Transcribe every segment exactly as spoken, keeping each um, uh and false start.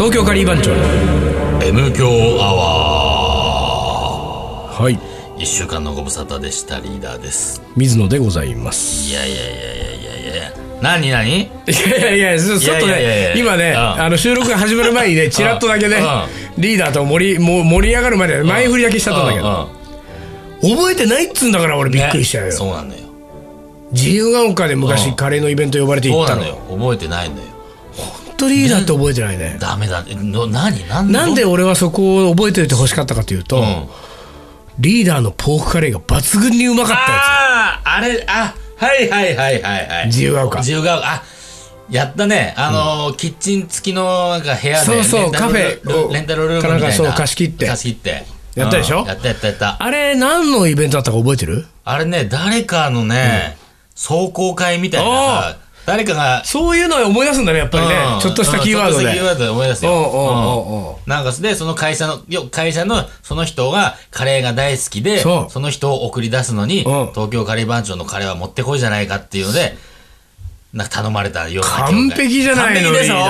東京カリー番長の M 強アワー。 はい、 いっしゅうかんのご無沙汰でした。リーダーです。 水野でございます。 いやいやいやいやいやいや何何いやいやいやちょっとね今ね、うん、あの収録が始まる前にねチラッとだけね、うん、リーダーと盛りも盛り上がるまで前振りだけしちゃったんだけど、うんうん、覚えてないっつうんだから俺びっくりしちゃうよ、ね、 そうなんだよ。 自由が丘で昔カレーのイベント呼ばれて行ったの。 そうなのよ、覚えてないのよ。 本当リーダーって覚えてないね。 ダメだ。の何何なんで俺はそこを覚えておいてほしかったかというと、うん、リーダーのポークカレーが抜群にうまかったやつ。 あああれあはいはいはいはいはい。 自由が丘自由が丘あやったね。あのーうん、キッチン付きのなんか部屋でそうそうカフェレンタルルームみたいななんかそう貸し切って貸し切ってやったでしょ、 うん、やったやったやった。 あれ何のイベントだったか覚えてる？ あれね誰かのね、うん壮行会みたいなさ、誰かがそういうのを思い出すんだねやっぱりね、うん、ちょっとしたキーワードで、うん、ちょっとしたキーワードで思い出すよ。おうおうおうおうなんかでその会社の会社のその人がカレーが大好きで そ, その人を送り出すのに、うん、東京カレー番長のカレーは持ってこいじゃないかっていうのでなんか頼まれたような。 完璧じゃないの。 完璧でしょ、うん、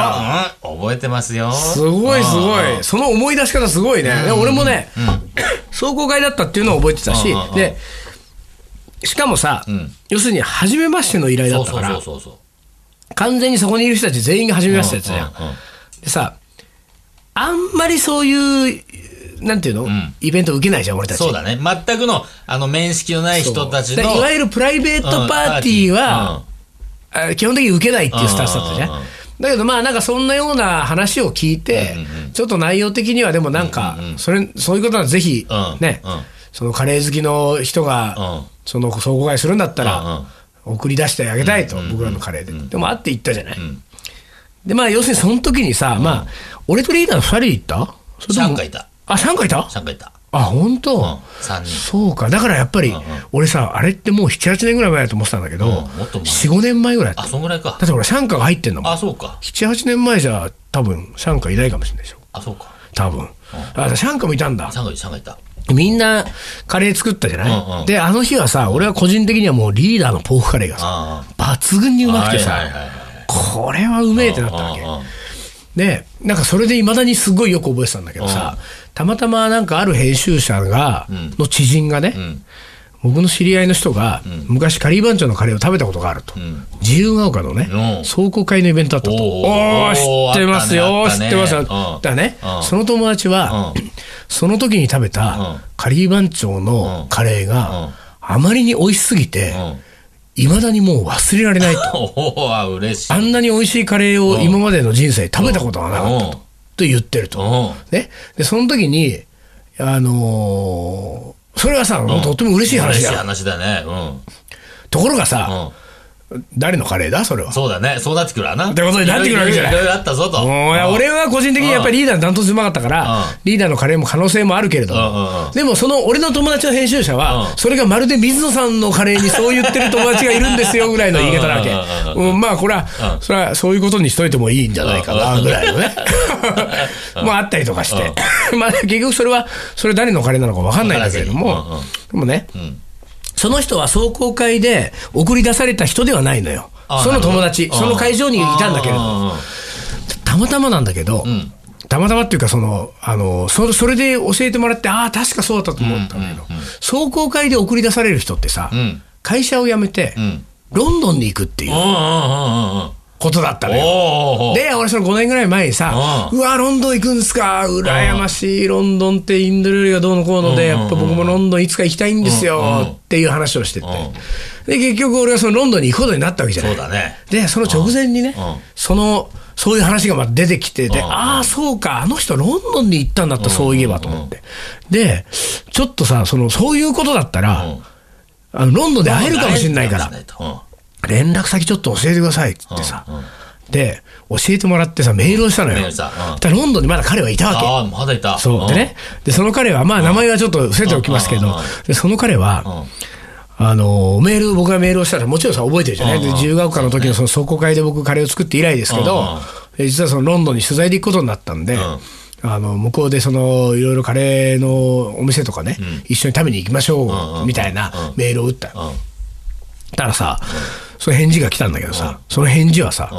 覚えてますよ。 すごいすごい、うん、その思い出し方すごいね、うん、俺もね、うん、壮行会だったっていうのを覚えてたし、うん、でしかもさ、うん、要するに初めましての依頼だったからそうそうそうそう完全にそこにいる人たち全員が初めましてやつじゃん、うんうんうん、でさあんまりそういうなんていうの、うん、イベント受けないじゃん俺たち。 そうだね全くのあの面識のない人たちのいわゆるプライベートパーティーは、うん、基本的に受けないっていうスタンスだったじゃん、うんうんうん、だけどまあなんかそんなような話を聞いて、うんうんうん、ちょっと内容的にはでもなんか、うんうんうん、それそういうことはぜひ、うん、ね、うんそのカレー好きの人が、うん、その総合会するんだったら、うんうん、送り出してあげたいと、うんうん、僕らのカレーで、うん、でも会って行ったじゃない、うん、でまあ要するにその時にさ、うん、まあ俺とリーダーのふたりで行った？それともさんかいいた。あさんかいいた？ さんかいいた。 あ本当、うん、 さんにん。そうかだからやっぱり、うんうん、俺さあれってもうななはちねんぐらい前だと思ってたんだけど、うん、もっと前 よんごねんまえぐらいだった。 あそんぐらいか。 だって俺シャンカが入ってんのもん。 あそうかななはちねんまえじゃ多分シャンカいないかもしれないでしょ。 あそうか多分、うん、あシャンカもいたんだ。 シャンカいたシャンカいた。みんなカレー作ったじゃない、うんうん、であの日はさ俺は個人的にはもうリーダーのポークカレーがさ抜群にうまくてさ、はいはいはいはい、これはうめえってなったわけでなんかそれでいまだにすごいよく覚えてたんだけどさたまたまなんかある編集者が、うん、の知人がね、うん僕の知り合いの人が、うん、昔カリー番長のカレーを食べたことがあると、うん、自由が丘のね壮行会のイベントだったと。おお知ってますよ、ね、知ってますよ、うん、だね、うん、その友達は、うん、その時に食べた、うん、カリー番長のカレーが、うん、あまりに美味しすぎていま、うん、だにもう忘れられないとお嬉しい。 あんなに美味しいカレーを今までの人生食べたことがなかったと、うん、と言ってると、ね、でその時にあのーそれはさ、うん、とっても嬉しい話だよ。 嬉しい話だね、うん、 ところがさ、うん、誰のカレーだそれは。 そうだねそうなってくるわなってことになってくるわけじゃない。 いろいろあったぞと。 俺は個人的にやっぱりリーダーのダントツうまかったから、うん、リーダーのカレーも可能性もあるけれども、うんうん、でもその俺の友達の編集者は、うん、それがまるで水野さんのカレーにそう言ってる友達がいるんですよぐらいの言い方なわけ、うん、まあこれは、うん、それはそういうことにしといてもいいんじゃないかなぐらいのねもうあったりとかして、うん、まあ結局それはそれ誰のカレーなのか分かんないんだけれども、うんうん、でもね、うんその人は壮行会で送り出された人ではないのよ。その友達その会場にいたんだけれどたまたまなんだけど、うん、たまたまっていうかそのあの そ, それで教えてもらってああ確かそうだったと思ったんだけど、うんうんうん、壮行会で送り出される人ってさ、うん、会社を辞めて、うん、ロンドンに行くっていうことだったのよ。で俺そのごねんぐらい前にさうわロンドン行くんですか羨ましいロンドンってインド料理がどうのこうのでやっぱ僕もロンドンいつか行きたいんですよっていう話をしててで結局俺はそのロンドンに行くことになったわけじゃない。 そうだね。 でその直前にねそのそういう話がまた出てきてでああそうかあの人ロンドンに行ったんだったそういえばと思ってでちょっとさそのそういうことだったらあのロンドンで会えるかもしれないから連絡先ちょっと教えてくださいって言ってさ、うんうん、で教えてもらってさメールをしたのよ。メールした、うん、だロンドンにまだ彼はいたわけ。 あまだいた。 そうでねでその彼はまあ名前はちょっと伏せておきますけど、うん、でその彼は、うん、あのメール僕がメールをしたらもちろんさ覚えてるじゃない、うん、で自由が丘の時のその壮行会で僕カレーを作って以来ですけど、うん、実はそのロンドンに取材で行くことになったんで、うんあの向こうでそのいろいろカレーのお店とかね、うん、一緒に食べに行きましょうみたいなメールを打ったよ。だからさ、うん、その返事が来たんだけどさ、うん、その返事はさ、うん、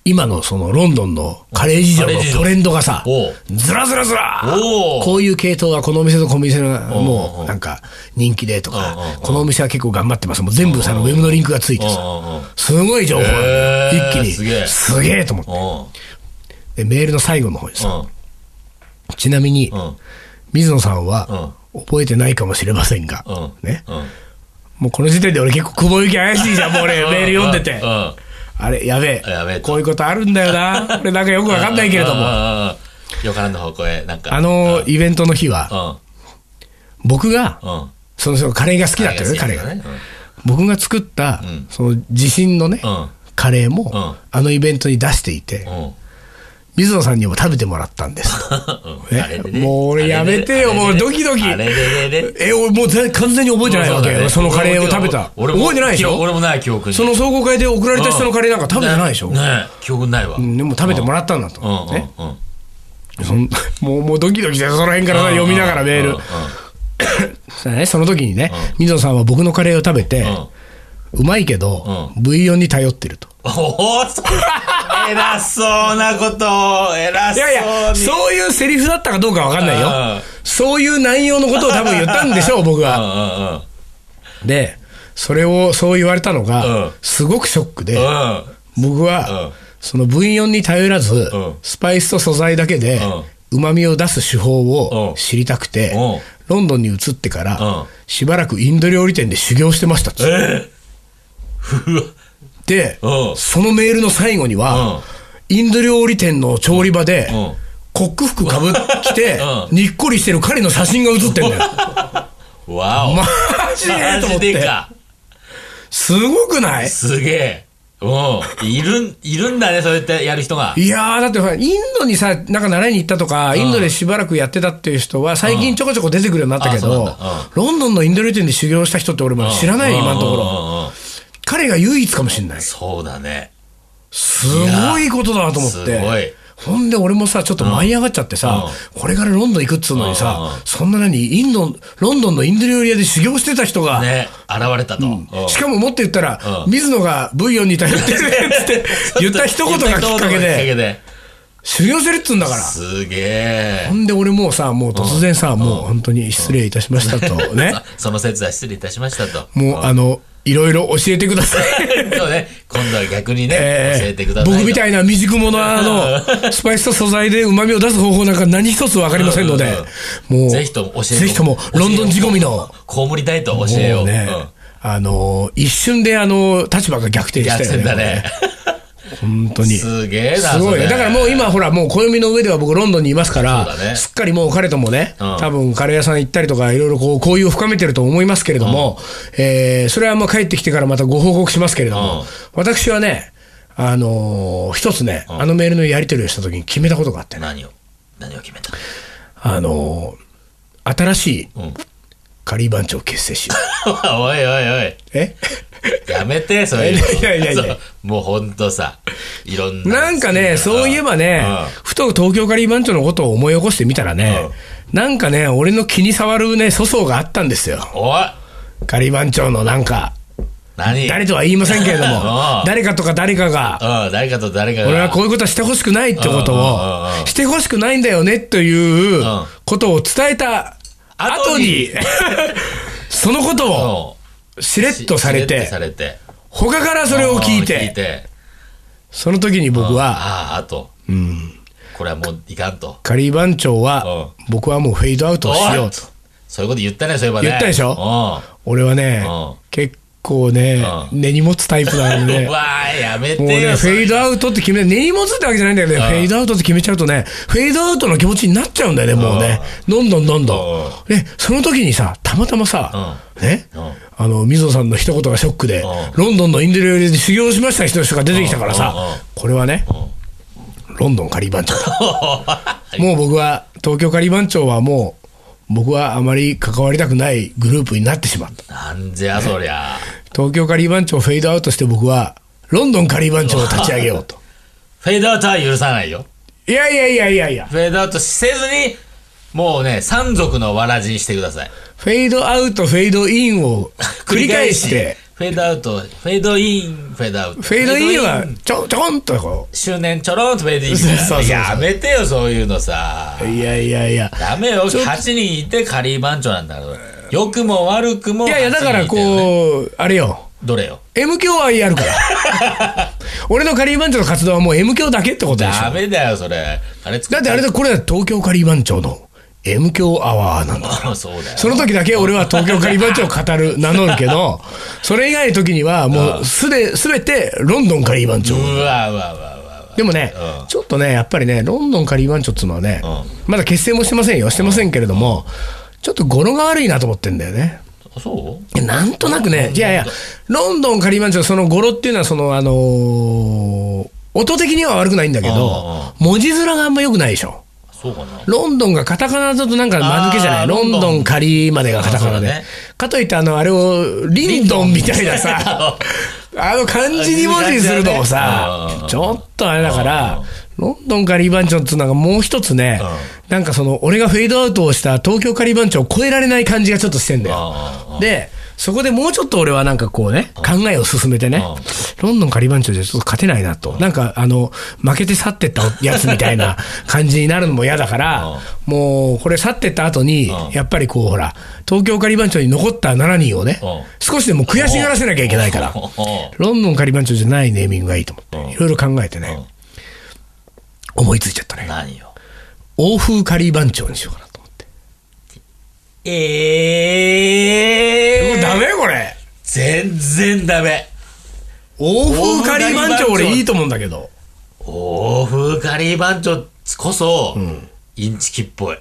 今のそのロンドンのカレー事情のトレンドがさ、ずらずらずら、こういう系統はこのお店とこのお店がもうなんか人気でとか、このお店は結構頑張ってます。もう全部さ、ウェブのリンクがついてさ、すごい情報が一気に、すげえと思って。で、メールの最後の方にさ、ちなみに、水野さんは覚えてないかもしれませんが、ね。もうこの時点で俺結構雲行き怪しいじゃん、もう俺メール読んでて。あれ、やべえ。こういうことあるんだよな。俺なんかよくわかんないけれども。 よからぬ方向へ、なんか。 あの、イベントの日は、僕が、その、そのカレーが好きだったよね、カレーがね。僕が作った、その自信のね、カレーも、あのイベントに出していて、水野さんにも食べてもらったんです。もう俺やめてよ、もうドキドキ。え、俺もう完全に覚えてないわけ。そのカレーを食べた。覚えてないでしょ。 俺もない記憶に。 その壮行会で送られた人のカレーなんか食べてないでしょ。 ね、記憶ないわ。 でも食べてもらったんだと。もうもうドキドキして、その辺から読みながらメール。その時にね、水野さんは僕のカレーを食べて、うまいけど、ブイヨンに頼ってると。 おお、偉そうなことを、偉そうに。いやいや、 そういうセリフだったかどうかわかんないよ。そういう内容のことを多分言ったんでしょう、僕は。で、それをそう言われたのが、すごくショックで、僕は、そのブイヨンに頼らず、スパイスと素材だけで、旨味を出す手法を知りたくて、ロンドンに移ってから、しばらくインド料理店で修行してましたっつって。で、そのメールの最後には、インド料理店の調理場で、コック服かぶって、にっこりしてる彼の写真が写ってんだよ。 わお。 マジでと思って。すごくない？ すげえ。うん。いる、いるんだね、そうやってやる人が。 いやー、だってほら、インドにさ、なんか習いに行ったとか、インドでしばらくやってたっていう人は、最近ちょこちょこ出てくるようになったけど、ロンドンのインド料理店で修行した人って俺も知らないよ、今のところ。彼が唯一かもしれない。 そうだね。 すごいことだなと思って。すごい。ほんで俺もさ、ちょっと舞い上がっちゃってさ、うん、これからロンドン行くっつうのにさ、うん、そんな何、インド、ロンドンのインド料理屋で修行してた人が、 ね、現れたと。うんうん、しかももっと言ったら、うん、水野がブイヨンに頼ってるねって言った一言がきっかけで、修行するっつうんだから。 すげえ。 ほんで俺もうさ、もう突然さ、うん、もう本当に失礼いたしましたとね。 その説は失礼いたしましたと。 もうあの、いろいろ教えてください。 そうね。今度は逆にね、えー、教えてください。 僕みたいな未熟者あの、スパイスと素材で旨味を出す方法なんか何一つわかりませんので、もう、 ぜひとも教えて。 ぜひとも、ロンドン仕込みの。 被りたいと教えよう。 ね、うん、あの、一瞬であの、立場が逆転したよね。 逆転だね。 本当に。 すげえな。 すごいね。だからもう今ほら、もう暦の上では僕ロンドンにいますから、ね、すっかりもう彼ともね、うん、多分カレー屋さん行ったりとかいろいろこう交友を深めてると思いますけれども、うん、えー、それはまあ帰ってきてからまたご報告しますけれども、うん、私はね、あのー、一つね、うん、あのメールのやり取りをした時に決めたことがあってね。 何を何を決めた？ あのー、新しい、うん、カリー番長を結成しよう。 おいおいおい。 えやめて、そういうの。いやいやいやもうほんとさ、いろんな。 なんかね、そういえばね、うん、ふと東京カリー番長のことを思い起こしてみたらね、うん、なんかね、俺の気に障るね、粗相があったんですよ。 おいカリー番長のなんか、 何誰とは言いませんけれども、誰かとか誰かが、 誰かと誰かが、 俺はこういうことはしてほしくないってことを、してほしくないんだよねということを伝えた後に、そのことを、しれっとされて、されて他からそれを聞いて、聞いてその時に僕は、 ああ、あと、うん、これはもういかんと。 カリー番長は、僕はもうフェードアウトしようと。 そういうこと言ったね、そういえばね。 言ったでしょ。俺はね、結構ね、根に持つタイプなので、ね、 わー、やめてよ。 もうね、フェードアウトって決め、根に持つってわけじゃないんだけどね、フェードアウトって決めちゃうとね、フェードアウトの気持ちになっちゃうんだよね、もうね。どんどんどんどん。で、その時にさ、たまたまさ、ね、あの、水野さんの一言がショックで、ロンドンのインド料理で修行しました人が出てきたからさ、これはね、ロンドンカリー番長だ。もう僕は、東京カリー番長はもう、僕はあまり関わりたくないグループになってしまった。 なんじゃそりゃ。 東京カリー番長をフェードアウトして僕は、ロンドンカリー番長を立ち上げようと。 フェードアウトは許さないよ。 いやいやいやいやいや。 フェードアウトせずに、もうね、三族のわらじにしてください。 フェードアウト、フェードインを繰り返して、 フフェードアウト、フェードイン、フェードアウト。 フェードインはちょちょこんとこう周年ちょろんとフェードイン。そうそうそう、やめてよそういうのさ。 いやいやいやダメよ。はちにんいてカリー番長なんだから。良くも悪くも、 ね、いやいやだからこうあれよ。 どれよ M 響はやるから俺のカリー番長の活動はもう M 響だけってことでしょ。 ダメだよそれ。あれだってあれだ、これは東京カリー番長の M 響アワーなんだからそうだよ。 その時だけ俺は東京カリー番長を語る名乗るけどそれ以外の時にはもうすで全てロンドンカリー番長。 うわうわうわうわ。 でもね、うん、ちょっとねやっぱりねロンドンカリー番長っていうのはね、うん、まだ結成もしてませんよしてませんけれども、うん、ちょっと語呂が悪いなと思ってんだよね。 そうなんとなくね、いやいや、ロンドンカリー番長、その語呂っていうのは、その、あのー、音的には悪くないんだけど、文字面があんま良くないでしょ。 そうかな。 ロンドンがカタカナだとなんか間抜けじゃない。ロンドンカリーまでがカタカナで。ね、かといって、あの、あれを、リンドンみたいなさ、あの漢字に文字にするのもさ、ちょっとあれだから、ロンドンカリー番長っていうのがもう一つね、なんかその、俺がフェードアウトをした東京カリー番長を超えられない感じがちょっとしてんだよ。で、そこでもうちょっと俺はなんかこうね、考えを進めてね、ロンドンカリー番長じゃちょっと勝てないなと。なんかあの、負けて去ってったやつみたいな感じになるのも嫌だから、もうこれ去ってった後に、やっぱりこうほら、東京カリー番長に残ったしちにんをね、少しでも悔しがらせなきゃいけないから、ロンドンカリー番長じゃないネーミングがいいと思って、いろいろ考えてね、思いついちゃったね。 何よ。 欧風カリー番長にしようかなと思って。 えー。 もうダメこれ。 全然ダメ。 欧風カリー番長俺いいと思うんだけど。 欧風カリー番長こそ、うん、インチキっぽい。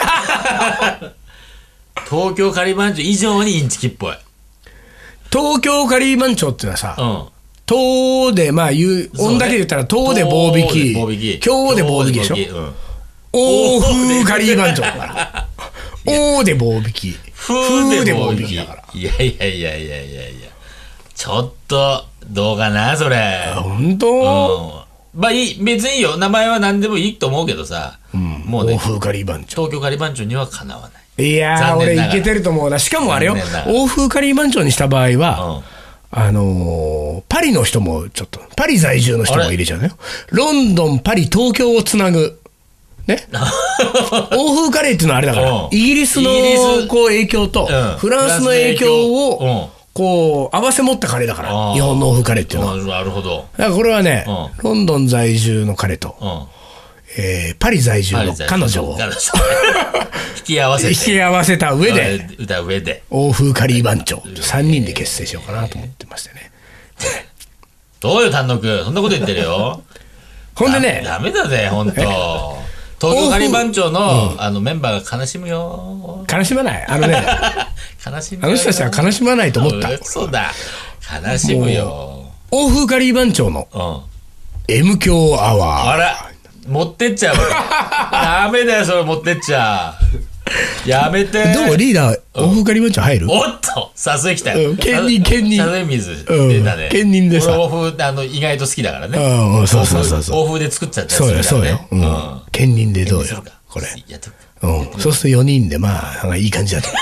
東京カリー番長以上にインチキっぽい。 東京カリー番長っていうのはさ、うん、東でまあ言う、音だけ言ったら東で棒引き、京で棒引きでしょ。欧風カリー番長だから。欧で棒引き、風で棒引きだから。 いやいやいやいやいやいや。ちょっとどうかなそれ。 本当？ うん。まあいい、別にいいよ。名前は何でもいいと思うけどさ。 うん、もうね。欧風カリー番長。 東京カリー番長にはかなわない。 いやー、俺いけてると思うな。しかもあれよ。欧風カリー番長にした場合は、うん、あのー、パリの人もちょっと、パリ在住の人も入れちゃうのよ。ロンドン、パリ、東京をつなぐ。ね。欧風カレーっていうのはあれだから、うん、イギリスのこう影響と、うん、フランスの影響を、こう、合わせ持ったカレーだから、日本の欧風カレーっていうのは。 なるほど。 だからこれはね、うん、ロンドン在住の彼と、うんえー、パリ在住の彼女を引き合わせて引き合わせた上で歌上で欧風カリー番長さんにんで結成しようかなと思ってましてね。 どうよ丹野くんそんなこと言ってるよ。 ほんでねダメだぜほんと東京カリー番長 の,、うん、あのメンバーが悲しむよ。 悲しまないあのね悲しむあの人たちは悲しまないと思った。 そうだ悲しむよ。 欧風カリー番長の、うん、M 強アワーあら持ってっちゃうダメだよそれ持ってっちゃうやめて。 どうリーダー欧風カリー番長入る？ おっとさすが来たよ、 うん、兼任兼任さすが水出たね、 うん、兼任でさ俺欧風あの意外と好きだからね、 うん、そうそうそうそう欧風で作っちゃったやつそうよそうよ、うんうん、兼任でどうよこれやっとく、 うん、そうするとよにんでまあなんかいい感じだと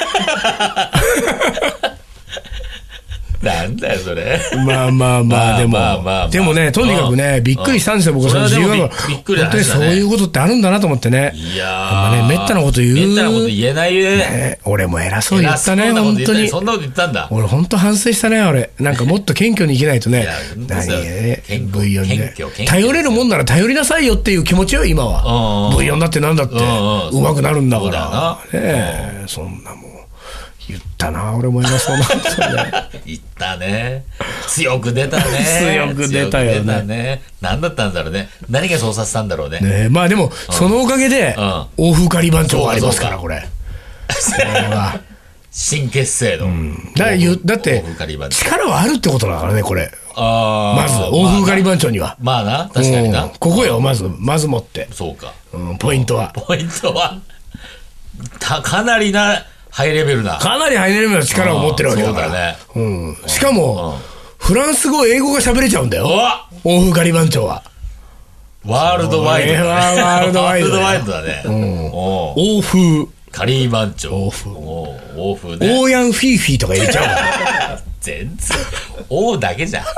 なんだよそれ。 まあまあまあでもでもねとにかくねびっくりしたんですよ僕は。その本当にそういうことってあるんだなと思ってね。 いやーめったなこと言うめったなこと言えないね。 俺も偉そうに言ったね本当に。 そんなこと言ったんだ。 俺本当反省したね俺。なんかもっと謙虚にいけないとね。何ねブイよんで頼れるもんなら頼りなさいよっていう気持ちよ今は。ブイよんだってなんだってうまくなるんだからね。そんなもん言ったな俺も偉そうな言ったね強く出たね強く出たよ ね, ね何だったんだろうね。何がそうさせたんだろう ね, ねまあでも、うん、そのおかげで、うん、欧風カリー番長がありますからこれそれは新結成の、うん、 だ, だって力はあるってことだからねこれ。 あまず欧風カリー番長にはまあな確かにな、うん、 ここよまずまずもってそうか、 うん、ポイントはポイントはたかなりなハイレベルなかなりハイレベルな力を持ってるわけだから。そうだね、うん、しかも、うん、フランス語英語が喋れちゃうんだよ欧風カリー番長は。 ワールドワイドだね。 ワールドワイドだね、 うん、欧風カリー番長欧風欧風ね。 オーヤンフィーフィーとか言っちゃうから全然王だけじゃん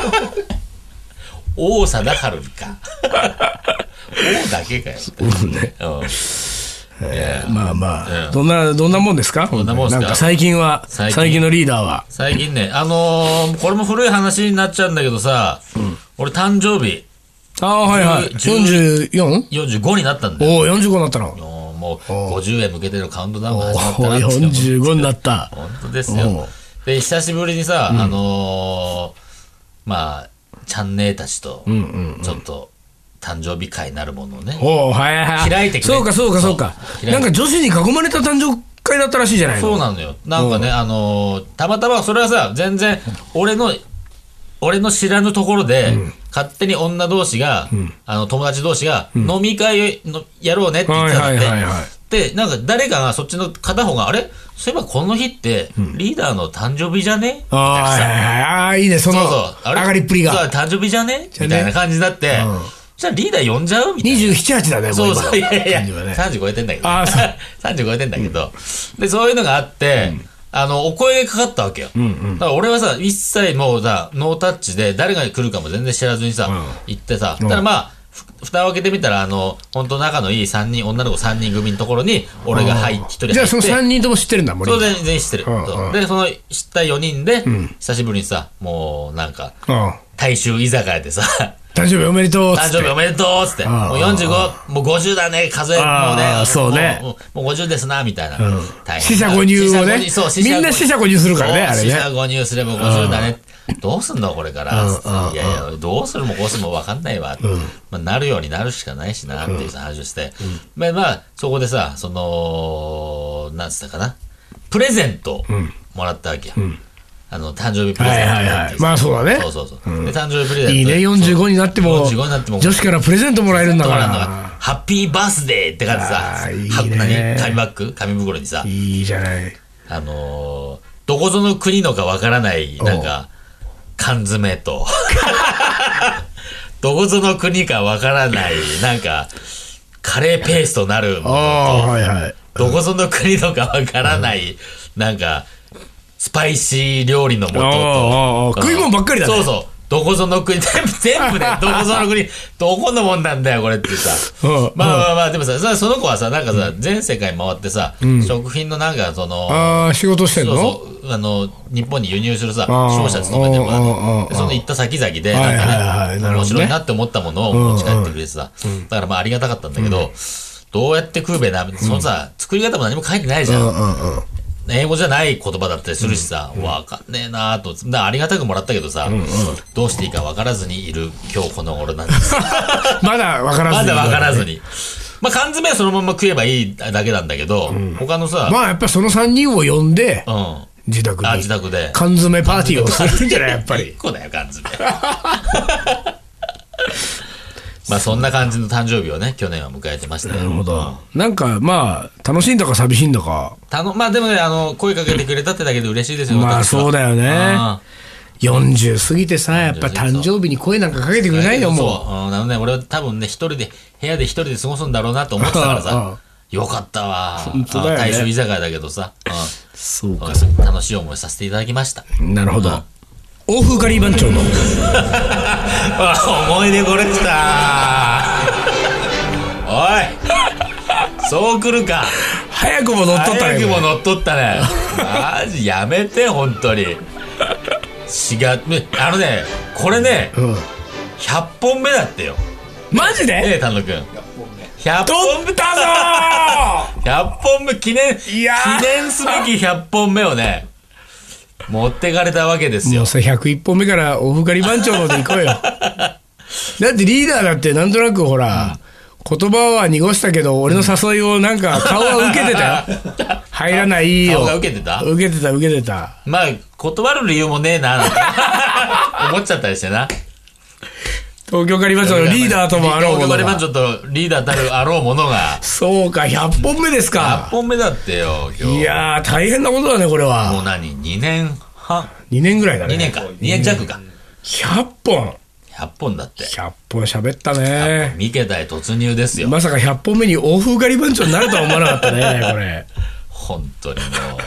王貞治か王だけかよ、 うんね、 うん、 えー、まあまあ、うん、どんなどんなもんですか。 どんなもんですか。 なんか最近は最近、最近のリーダーは最近ね、あのー、これも古い話になっちゃうんだけどさ、うん、俺誕生日、 ああはいはい、よんじゅうよん？ よんじゅうごになったんだよ。 おお、よんじゅうごになったの。 もうごじゅうへ向けてのカウントダウンが始まったなって。 よんじゅうごになった。 本当ですよ。で久しぶりにさ、うん、あのー、まあチャンネルたちとちょっと誕生日会なるものをね、 おはいはい、 開いてくれ。 そうかそうかそうか。なんか女子に囲まれた誕生会だったらしいじゃないの。 そうなのよ。なんかね、あのー、たまたまそれはさ、全然俺の俺の知らぬところで、うん、勝手に女同士が、うん、あの友達同士が、うん、飲み会のやろうねって言ってたんで、でなんか誰かがそっちの片方があれそういえばこの日ってリーダーの誕生日じゃね、うん、みたいなさ、 ああいいね、その上がりっぷりが、 そう誕生日じゃねみたいな感じになって、うん、じゃあリーダー呼んじゃうみたいな。 にじゅうなな、はちだね、もうそうそう、いやいや、ね、さんじゅう超えてんだけど、あさんじゅう超えてんだけど、うん、でそういうのがあって、うん、あのお声がかかったわけよ、うんうん、だから俺はさ一切もうさノータッチで誰が来るかも全然知らずにさ、うん、行ってさ、だからまあ蓋を開けてみたら、あの本当仲のいいさんにん、女の子さんにん組のところに俺が入ってひとり入って、 じゃあそのさんにんとも知ってるんだ。 森そう全然知ってる、うんうん、でその知ったよにんで、うん、久しぶりにさもうなんか、うん、大衆居酒屋でさ誕生日おめでとうっつって、 誕生日おめでとうっつって、もうよんじゅうご、もうごじゅうだね、数え、もうね、 そうね、 もう、もうごじゅうですなみたいな、 うん、四捨五入をね、そうみんな四捨五入するからね、あれね、 四捨五入すればごじゅうだね、どうすんのこれから、いやいやどうするもこうするも分かんないわ、うん、まあ、なるようになるしかないしなっていう話をして、うん、まあまあそこでさ、そのなんつったかな、プレゼントもらったわけよ、うん、あの誕生日プレゼント、はいはいはい、 まあそうだね、 そうそうそう、うん、で誕生日プレゼントいいね、よんじゅうごになっても女子からプレゼントもらえるんだから、 ハッピーバースデーって感じさ、いいね、紙バッグ紙袋にさ、 いいじゃない、 あのー、どこぞの国のかわからないなんか缶詰とどこぞの国かわからないなんかカレーペーストなるものと、はいはい、どこぞの国のかわからないなんかスパイシー料理の素と、 食い物ばっかりだね。 そうそう、どこぞの国全部全部ねどこぞの国どこのもんなんだよこれってさまあまあまあでもさその子はさなんかさ、うん、全世界回ってさ、うん、食品のなんかそのあ仕事してんの、 そうそう、あの日本に輸入するさ商社勤めてるからね、その行った先々でなんかね面白いなって思ったものを持ち帰ってくれてさ、うんうん、だからまあありがたかったんだけど、うん、どうやって食うべな、そのさ作り方も何も書いてないじゃん、うんうんうん、英語じゃない言葉だったりするしさ、うん、分かんねえなーと、ありがたくもらったけどさ、うんうん、どうしていいか分からずにいる今日この頃なんですまだ分からずに、 まだ分からずに、まあ缶詰はそのまま食えばいいだけなんだけど、うん、他のさ、 まあやっぱりそのさんにんを呼んで、うん、自宅にあ自宅で缶詰パーティーをするんじゃないやっぱり結構だよ缶詰まあそんな感じの誕生日をね去年は迎えてましたよ。 なるほど、うん、なんかまあ楽しいんだか寂しいんだかたのまあでもねあの声かけてくれたってだけで嬉しいですよまあそうだよね、よんじゅう過ぎてさやっぱ誕生日に声なんかかけてくれないよもう。 そう、うん、なので俺は多分ね一人で部屋で一人で過ごすんだろうなと思ってたからさよかったわ本当だよね、大衆居酒屋だけどさ、うん、 そうか楽しい思いさせていただきました。 なるほど、うん欧風カリー番長の思い出コレクターおいそう来るか早くも乗っとったね早くも乗っとったねマジやめて本当に違うあのねこれね、うん、ひゃっぽんめだってよマジで。 ねえ丹野くんひゃっぽんめ取ったぞーひゃっぽんめ記念記念すべきひゃっぽんめをね持ってかれたわけですよ。 もうさひゃくいっぽんめから大ふかり番長ので行こうよだってリーダーだってなんとなくほら、うん、言葉は濁したけど俺の誘いをなんか顔は受けてたよ入らないよ顔が受けてた受けてた受けてたまあ断る理由もねえななんて思っちゃったりしてな東京カリバン長のリーダーともあろうものが東京カリバン長とリーダーたるあろうものがそうかひゃっぽんめですか。 ひゃっぽんめだってよ今日。 いやー大変なことだねこれは。 もう何にねんはんにねんぐらいだね。 にねんかにねん弱かひゃっぽんひゃっぽんだってひゃっぽん喋ったね。 三桁へ突入ですよ。 まさかひゃっぽんめに欧風カリ番長になるとは思わなかったねこれ本当にもう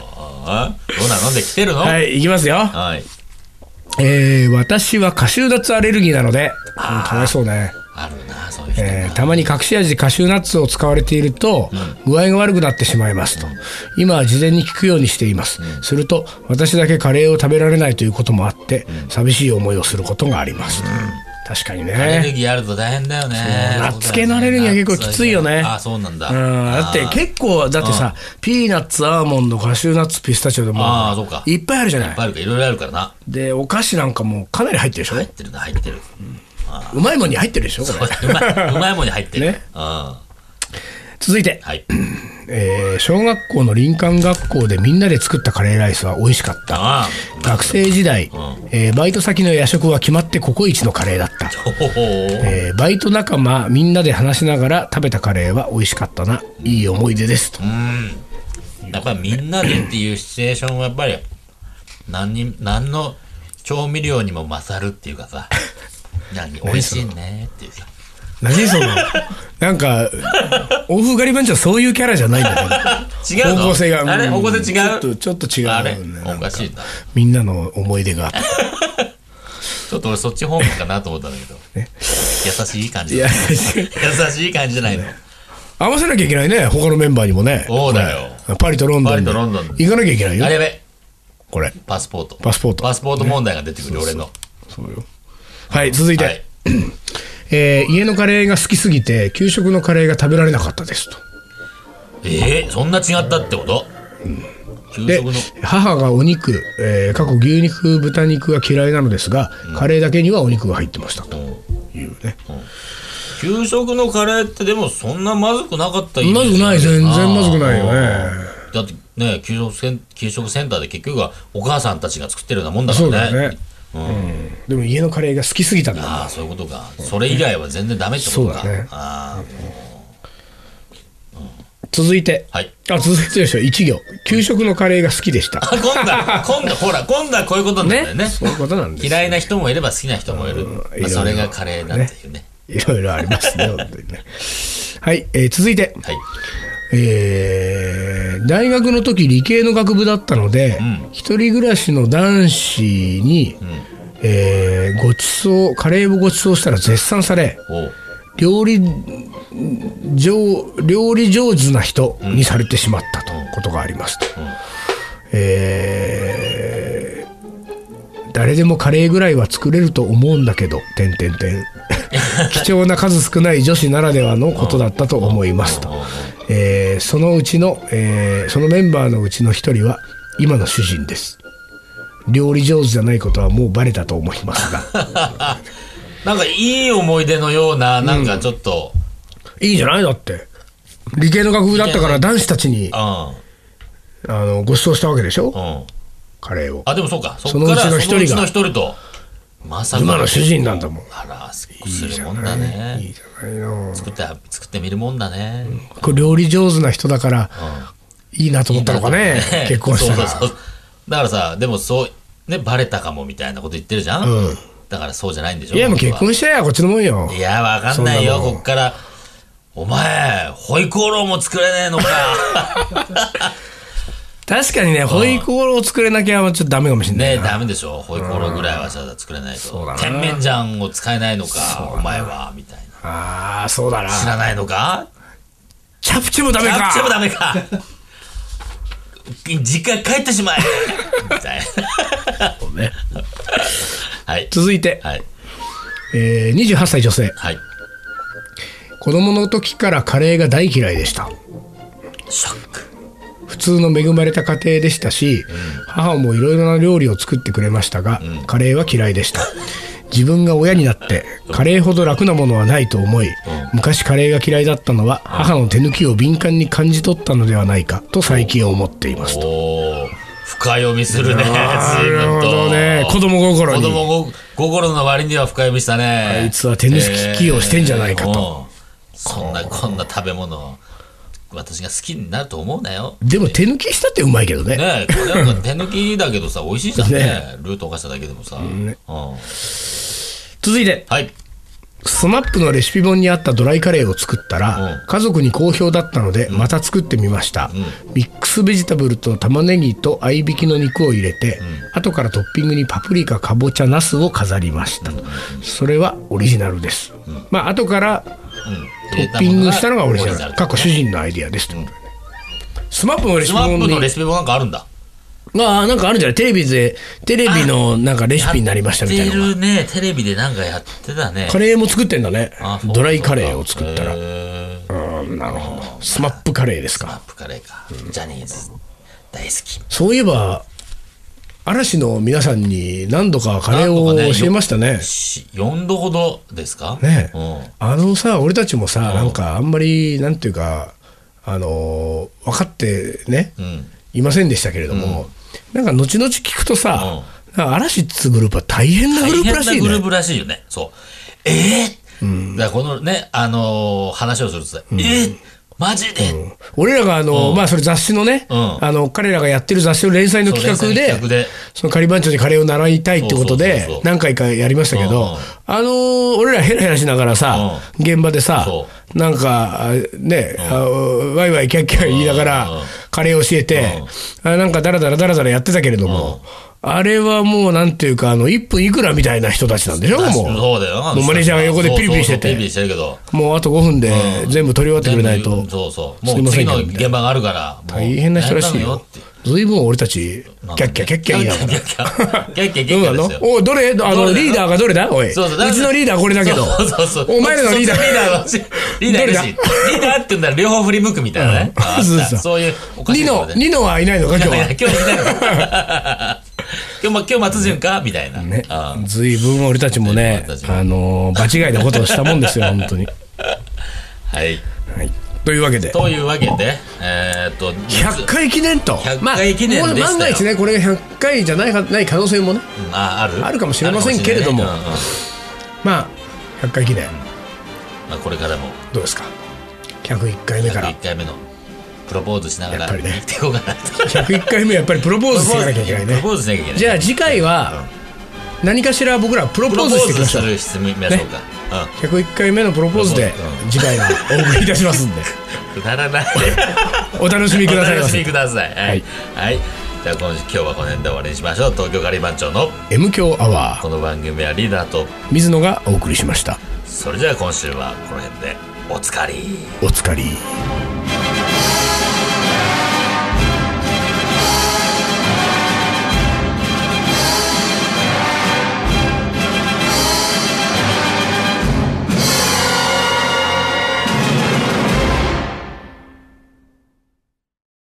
あどうなので来てるの？ はい、いきますよ。 はい。 えー、私はカシューナッツアレルギーなので、うん、かわいそうね。 あるな、そういう人、 えー、たまに隠し味でカシューナッツを使われていると、うん、具合が悪くなってしまいますと、うん、今は事前に聞くようにしています、うん、すると私だけカレーを食べられないということもあって、うん、寂しい思いをすることがありますと、うん、確かにね。 アレルギーあると大変だよね。 ナッツ系のアレルギーは結構きついよね。 あ、そうなんだ。 うん、だって結構だってさ、うん、ピーナッツ、アーモンド、カシューナッツ、ピスタチオでもあそうかいっぱいあるじゃない。 いっぱいあるからいろいろあるからな。 でお菓子なんかもかなり入ってるでしょ。 入ってるな入ってる、うんうまいもんに入ってるでしょこれ。 うまい、うまいもんに入ってる、ね、 続いて、 はいえー、小学校の林間学校でみんなで作ったカレーライスは美味しかった。学生時代、うんえー、バイト先の夜食は決まってココイチのカレーだった、えー、バイト仲間みんなで話しながら食べたカレーは美味しかったな、いい思い出ですと。 うんやっぱりみんなでっていうシチュエーションはやっぱり何に何の調味料にも勝るっていうかさ何美味しいねっていうさ何そのなんか欧風ガリバンチはそういうキャラじゃないんだけど違うの方向性が、 あれ方向性違うちょっとちょっと違う、ね、 あれおかしいなみんなの思い出がちょっと俺そっち方面かなと思ったんだけど、ね、優しい感じいや優しい感じじゃないの、ね、 合わせなきゃいけないね他のメンバーにもね。 そうだよパリとロンドンパリとロンドン行かなきゃいけないよ。 あれやべこれパスポートパスポートパスポート問題が出てくる、ね、俺のそうよ。はい続いて、はいえー、家のカレーが好きすぎて給食のカレーが食べられなかったですと。 えー、そんな違ったってこと、うん、給食ので母がお肉、えー、過去牛肉豚肉が嫌いなのですが、うん、カレーだけにはお肉が入ってましたというね、うんうん、 給食のカレーってでもそんなまずくなかったイメージ。まずくない全然まずくないよね。 だってね給食セン、給食センターで結局はお母さんたちが作ってるようなもんだからね。 そうだねうんうん、でも家のカレーが好きすぎたんだ。 ああそういうことか、うん、それ以外は全然ダメってことか。そうだね。あうん、続いて、はい、あ続いてでしょ一行給食のカレーが好きでした。 今度は今度ほら今度はこういうことなんだよね。 ねそういうことなんです。 嫌いな人もいれば好きな人もいる、うんまあ、それがカレーなんていうねいろいろありますね本当にねはい、えー、続いて、はいえー、大学の時理系の学部だったので、うん、一人暮らしの男子に、うんえー、ごちそうカレーをごちそうしたら絶賛され料理上料理上手な人にされてしまったと、うん、ことがありますと、うんえー、誰でもカレーぐらいは作れると思うんだけど点々点貴重な数少ない女子ならではのことだったと思いますと、えー、そのうちの、えー、そのメンバーのうちの一人は今の主人です。料理上手じゃないことはもうバレたと思いますがなんかいい思い出のようななんかちょっと、 うん、いいじゃないだって理系の学部だったから男子たちに、うん、あのご馳走したわけでしょ、うん、カレーを。 あでもそうかそっからそのうちの一人とまさか今の主人なんだもん。 あらするもんだね。いいじゃないの作って作ってみるもんだね、うん、 これ料理上手な人だから、うん、いいなと思ったのかね結婚したら。そうそうそうだからさでもそうねバレたかもみたいなこと言ってるじゃん、うん、だからそうじゃないんでしょ。 いやもう結婚しちゃえやこっちのもんよ。 いやわかんないよこっからお前ホイコーローも作れねえのか確かにね、ホイコーローを作れなきゃちょっとダメかもしれないな。 ねダメでしょ。ホイコーローぐらいはさ作れないと。甜麺醤を使えないのかお前はみたいな。 ああそうだな。 知らないのか。 チャプチェもダメか。 チャプチェもダメか実家帰ってしまえみたいなねはい、 続いて、はいえー、にじゅうはっさい女性、はい、子供の時からカレーが大嫌いでした。 ショック。 普通の恵まれた家庭でしたし、うん、母もいろいろな料理を作ってくれましたが、うん、カレーは嫌いでした。自分が親になってカレーほど楽なものはないと思い、うん、昔カレーが嫌いだったのは母の手抜きを敏感に感じ取ったのではないかと最近思っていますと。 お深読みするね。 なるほどね。子供心に。 子供心の割には深読みしたね。 あいつは手抜きをしてんじゃないかと、 えー、そんなこんな食べ物私が好きになると思うなよ。 でも手抜きしたってうまいけどね。 ねえこれなんか手抜きだけどさ美味しいじゃんね。ねルートをかしただけでもさ、ねうん、 続いて、 はいスマップのレシピ本にあったドライカレーを作ったら、うん、家族に好評だったのでまた作ってみました、うん、ミックスベジタブルと玉ねぎと合いびきの肉を入れて、うん、後からトッピングにパプリカ、かぼちゃ、ナスを飾りました、うん、それはオリジナルです、うん、まあ後から、うん、トッピングしたのがオリジナル、過去主人のアイディアです、うん、スマップのレシピ本にスマップのレシピ本なんかあるんだ。まあなんかあるんじゃない、テレビでテレビのなんかレシピになりましたみたいなのがやってるね。テレビでなんかやってたね。 カレーも作ってんだね。ドライカレーを作ったら、うん、なるほど。スマップカレーですか。 スマップカレーか、うん、ジャニーズ大好き。 そういえば嵐の皆さんに何度かカレーを教えましたね。 よんどほどですかね、うん、あのさ、俺たちもさ、なんかあんまりなんていうかあの分かってね、うん、いませんでしたけれども、うん、なんか後々聞くとさ、うん、嵐っつグループは大変なグループらしいね。大変なグループらしいよね。 そう。えー、うん、だからこのね、あのー、話をするとさ、うん、えー、マジで、うん、 俺らがあの、うん、まあそれ雑誌のね、うん、あの彼らがやってる雑誌の連載の企画で、そ, でその仮番長にカレーを習いたいってことで何回かやりましたけど、うん、あのー、俺らヘラヘラしながらさ、うん、現場でさ、なんかね、うん、あワイワイキャッキャ言いながらカレーを教えて、うん、あなんかダラダラダラダラやってたけれども、うん、あれはもうなんていうか、あのいっぷんいくらみたいな人たちなんでしょ。もうそうだよ。 もうマネージャーが横でピリピリしてて、もうあとごふんで全部取り終わってくれないと、うん、 そうそう、もう次の現場があるから大変な人らしいよ。ずいぶん俺たちキャッキャキャッキャ言いながら、キャッキャキャッキャキャッキャですよ。おどれ、あのリーダーがどれだ、おい、そうそう、うちのリーダーこれだけど、そうそうそう、お前らのリーダー、リーダーリーダーいるし、リーダーって言うんだら両方振り向くみたいなね、そういうおかしいので、ニノはいないのか今日は。今日いないのか。今日今日松潤かみたいな。ね、ずいぶん俺たちもね、あの場違いなことをしたもんですよ本当に。はい。はい。というわけで。 というわけで、えー、っとひゃっかい記念と。 ひゃっかい記念でしたよ。 まあ、万が一ね、これがひゃっかいじゃないかない可能性もね、 うん、あ, あるあるかもしれませんけれども、ね、うんうん、まあひゃっかい記念、うん、 まあ、これからもどうですか。ひゃくいっかいめから。 ひゃくいっかいめのプロポーズしながら生きていこうかなと。 ひゃくいっかいめやっぱりプロポーズしなきゃいけないね。 プロポーズしなきゃいけない。 じゃあ次回は何かしら僕らプロポーズしていきましょう。 プロポーズする質問見ましょうか、ね、 ひゃくいっかいめのプロポーズで次回はお送りいたしますんでくだらないお楽しみください。 お楽しみください。はい、はい、じゃあ今今日はこの辺で終わりにしましょう。東京カリー番長の M 強アワー。 この番組はリーダーと水野がお送りしました。 それじゃあ今週はこの辺でおつかりおつかり。